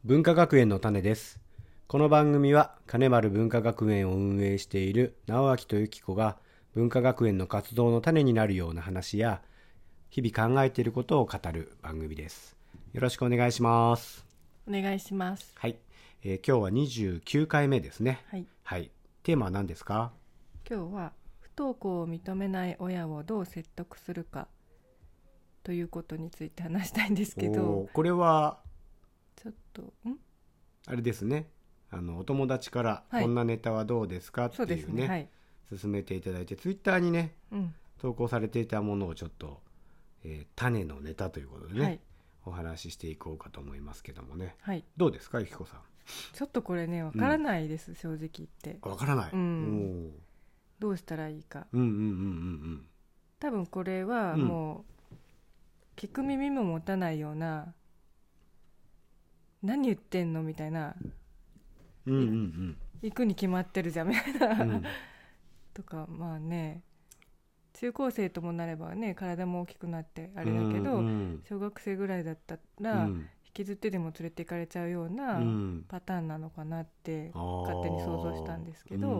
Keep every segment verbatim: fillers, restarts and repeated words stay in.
文化学園の種です。この番組は金丸文化学園を運営している直明とゆき子が文化学園の活動の種になるような話や日々考えていることを語る番組です。よろしくお願いします。 お願いします。 はい、えー、今日はにじゅうきゅうかいめですね。 はい、 はい、テーマは何ですか？ 今日は不登校を認めない親をどう説得するかということについて話したいんですけど、 これはちょっとんあれですね、あのお友達からこんなネタはどうですかっていうね、 そうですね、はい、 勧めていただいてツイッターにね、 うん、 投稿されていたものをちょっと、えー、種のネタということでね、はい、お話ししていこうかと思いますけどもね、はい、どうですかゆきこさん。 ちょっとこれねわからないです、うん、正直言ってわからない、うん、 どうしたらいいか、 うんうんうんうんうん、 多分これはもう、うん、聞く耳も持たないような何言ってんのみたいな、 うんうんうん、 行くに決まってるじゃんみたいな、うん、とかまあね中高生ともなればね体も大きくなってあれだけど、うんうん、小学生ぐらいだったら、うん、引きずってでも連れて行かれちゃうようなパターンなのかなって勝手に想像したんですけど、うん、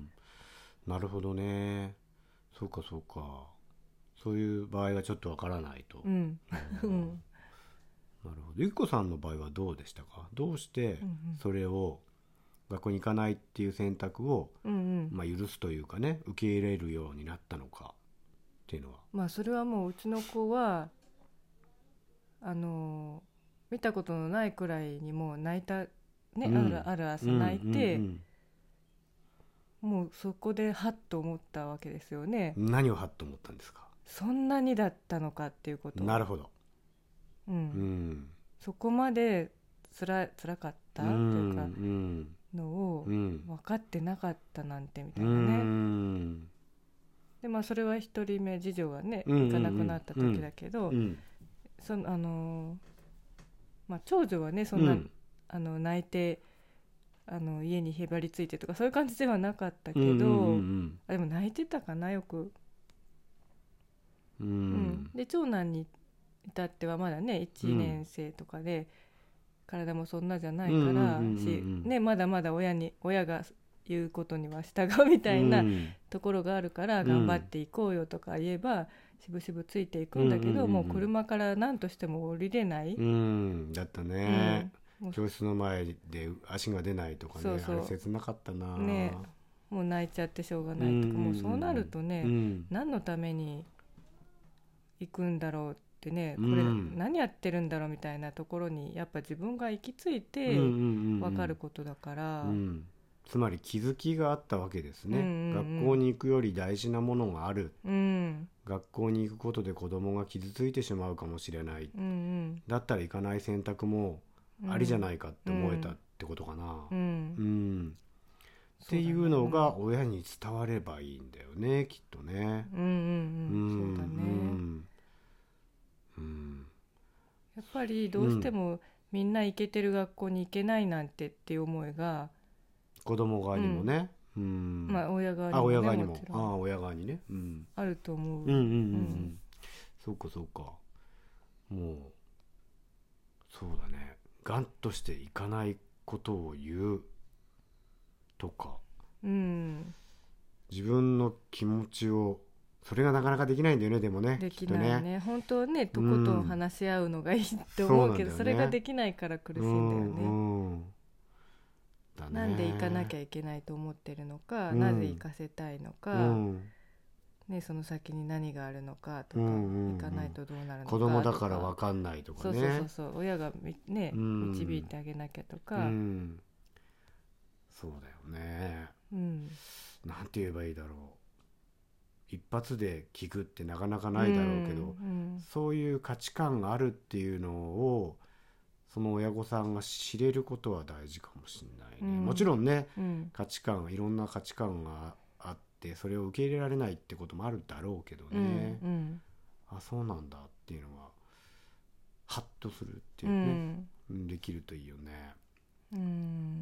なるほどね。そうかそうか、そういう場合はちょっとわからないと、うんなるほど。ゆきこさんの場合はどうでしたか？どうしてそれを学校に行かないっていう選択を、うんうんまあ、許すというかね受け入れるようになったのかっていうのは。 まあそれはもううちの子はあの見たことのないくらいにもう泣いたね、うん、あるある朝泣いて、うんうんうん、もうそこでハッと思ったわけですよね。 何をハッと思ったんですか？ そんなにだったのかっていうこと。 なるほど、 うんうん、そこまでつら、つらかったというかのを分かってなかったなんてみたいなね、うん、でまあそれは一人目次女がね行かなくなった時だけど、うんうん、そのあのまあ、長女はねそんな、うん、あの泣いてあの家にへばりついてとかそういう感じではなかったけど、うんうんうん、あでも泣いてたかなよく、うんうん、で長男に至ってはまだねいちねん生とかで、うん、体もそんなじゃないからし、ね、まだまだ親に親が言うことには従うみたいなところがあるから、うん、頑張っていこうよとか言えばしぶしぶついていくんだけど、うんうんうんうん、もう車から何としても降りれない、 うん、だったね、うん、教室の前で足が出ないとかね、そうそうあれ切なかったな、 ね、もう泣いちゃってしょうがないとか、うんうんうん、もうそうなるとね、うん、何のために行くんだろうってね、これ何やってるんだろうみたいなところにやっぱ自分が行き着いて分かることだから、うんうんうんうん、 つまり気づきがあったわけですね、うんうんうん、学校に行くより大事なものがある、うん、学校に行くことで子供が傷ついてしまうかもしれない、うんうん、だったら行かない選択もありじゃないかって思えたってことかな、うんうん、っていうのが親に伝わればいいんだよねきっとね、うんうんうん、そうだね、うんうん、やっぱりどうしてもみんな行けてる学校に行けないなんてっていう思いが子供側にもね、うんうん、 まあ親側にも、ね、 あ親側にもあ親側にね、うん、 あると思う、 うんうんうんうん、そうかそうか、もうそうだね、ガンとして行かないことを言うとか、うん、自分の気持ちをそれがなかなかできないんだよね。でもねできないね、ね本当はねとことん話し合うのがいいって思うけど、うん そ, ね、それができないから苦しいんだよね、うんうんだね、なんで行かなきゃいけないと思ってるのか、うん、なぜ行かせたいのか、うんね、その先に何があるのかとか、うんうんうん、行かないとどうなるのかとか、 子供だから分かんないとかね、 そうそうそう親が、ねうん、導いてあげなきゃとか、うん、 そうだよね、うん、なんて言えばいいだろう、一発で聞くってなかなかないだろうけど、うんうん、そういう価値観があるっていうのをその親御さんが知れることは大事かもしれないね、うん、もちろんね、うん、価値観いろんな価値観があってそれを受け入れられないってこともあるだろうけどね、うんうん、あそうなんだっていうのはハッとするっていうね、うん、できるといいよね、うん、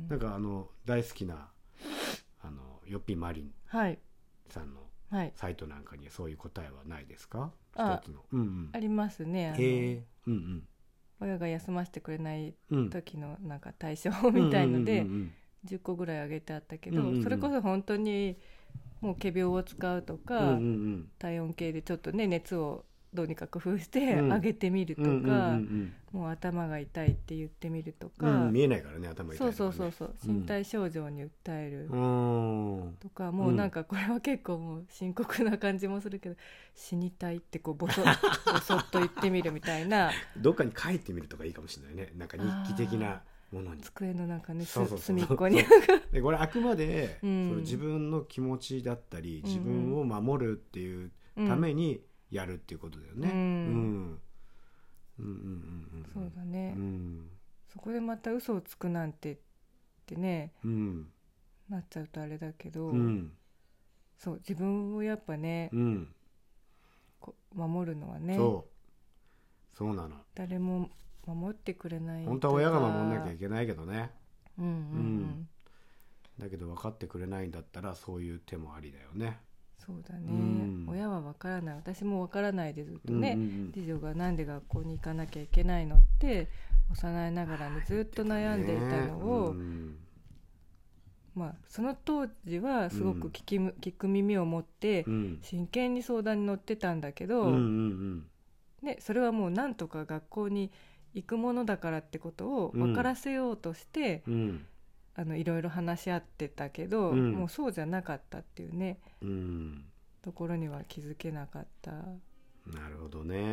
なんかあの大好きなあのよっぴまりんさんのサイトなんかにそういう答えはないですか？ 一つの、うんうん、ありますね、あの、 えーうんうん、 親が休ませてくれない時のなんか対象みたいのでじゅっこぐらいあげてあったけど、うんうんうん、それこそ本当にもう仮病を使うとか、うんうんうん、体温計でちょっとね熱をどうにか工夫して上げてみるとか、うんうんうんうん、もう頭が痛いって言ってみるとか、 うん、見えないからね頭痛いとかね、 そうそうそうそう、身体症状に訴えるとか、うん、もうなんかこれは結構もう深刻な感じもするけど、死にたいってこうボソボソッと言ってみるみたいなどっかに書いてみるとかいいかもしれないね、なんか日記的なものに机の中ね、 そうそうそう隅っこにでこれあくまで、うん、その自分の気持ちだったり自分を守るっていうためにやるっていうことだよね、うんうん、うんうんうん、 そうだね、うん、そこでまた嘘をつくなんてってね、うん、なっちゃうとあれだけど、うん、そう自分をやっぱね、うん、こ守るのはね、 そうそうなの、 誰も守ってくれない本当は親が守んなきゃいけないけどね、 うんうんうん、 だけど分かってくれないんだったらそういう手もありだよね。 そうだね、うん、親は分からない、私も分からないでずっとね、うんうんうん、次女がなんで学校に行かなきゃいけないのって幼いながらにずっと悩んでいたのを、うん、まあその当時はすごく聞き、うん、聞く耳を持って真剣に相談に乗ってたんだけど、うんうんうんね、それはもうなんとか学校に行くものだからってことを分からせようとして、うん、あのいろいろ話し合ってたけど、うん、もうそうじゃなかったっていうね、うん、ところには気づけなかった。 なるほどね、うん、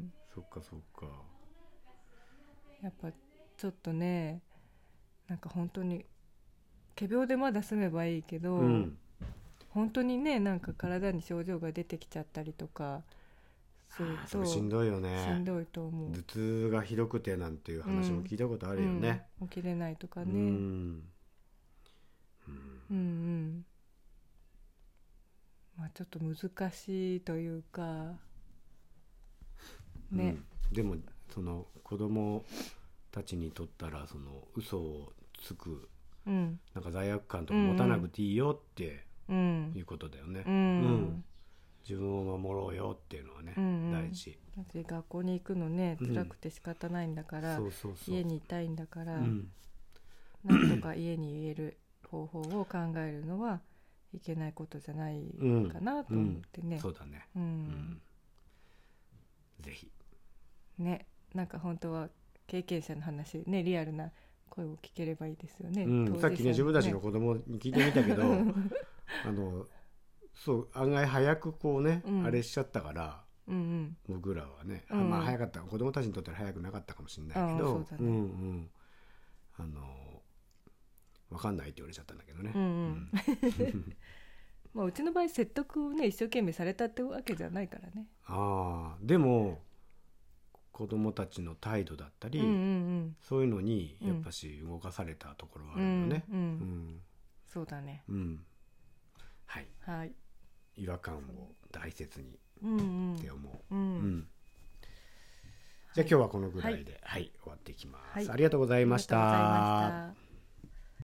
そっかそっか、 やっぱちょっとね、なんか本当に仮病でまだ済めばいいけど、うん、本当にねなんか体に症状が出てきちゃったりとかすると、 それしんどいよね、 しんどいと思う。 頭痛がひどくてなんていう話も聞いたことあるよね、 うんうん、起きれないとかね、うん、うんうん、まあちょっと難しいというかね、 うん、でもその子供たちにとったらその嘘をつく、うん、なんか罪悪感とか持たなくていいよっていうことだよね、うんうん、自分を守ろうよっていうのはね、うんうん、大事。 だって学校に行くのね辛くて仕方ないんだから、うん、そうそうそう、家にいたいんだから、うん、なんとか家に言える方法を考えるのはいけないことじゃないかなと思ってね、 うんうん、そうだね、うんうん、ぜひね、なんか本当は経験者の話ね、リアルな声を聞ければいいですよね、 うん、さっきね自分たちの子供に聞いてみたけどあのそう案外早くこうね、うん、あれしちゃったから、うんうん、僕らはね、うんうん、まあ早かった、子供たちにとっては早くなかったかもしれないけど、そうだね、うんうん、あの分かんないって言われちゃったんだけどね、うんうん、 まあうちの場合説得をね一生懸命されたってわけじゃないからね。 ああ、でも子供たちの態度だったり、うんうんうん、そういうのにやっぱし動かされたところはあるよね、うんうんうん、 そうだね、 うん、はい、 はい、 違和感を大切にって思う、うんうんうん、じゃあ今日はこのぐらいで、はいはい、終わっていきます、はい、ありがとうございました。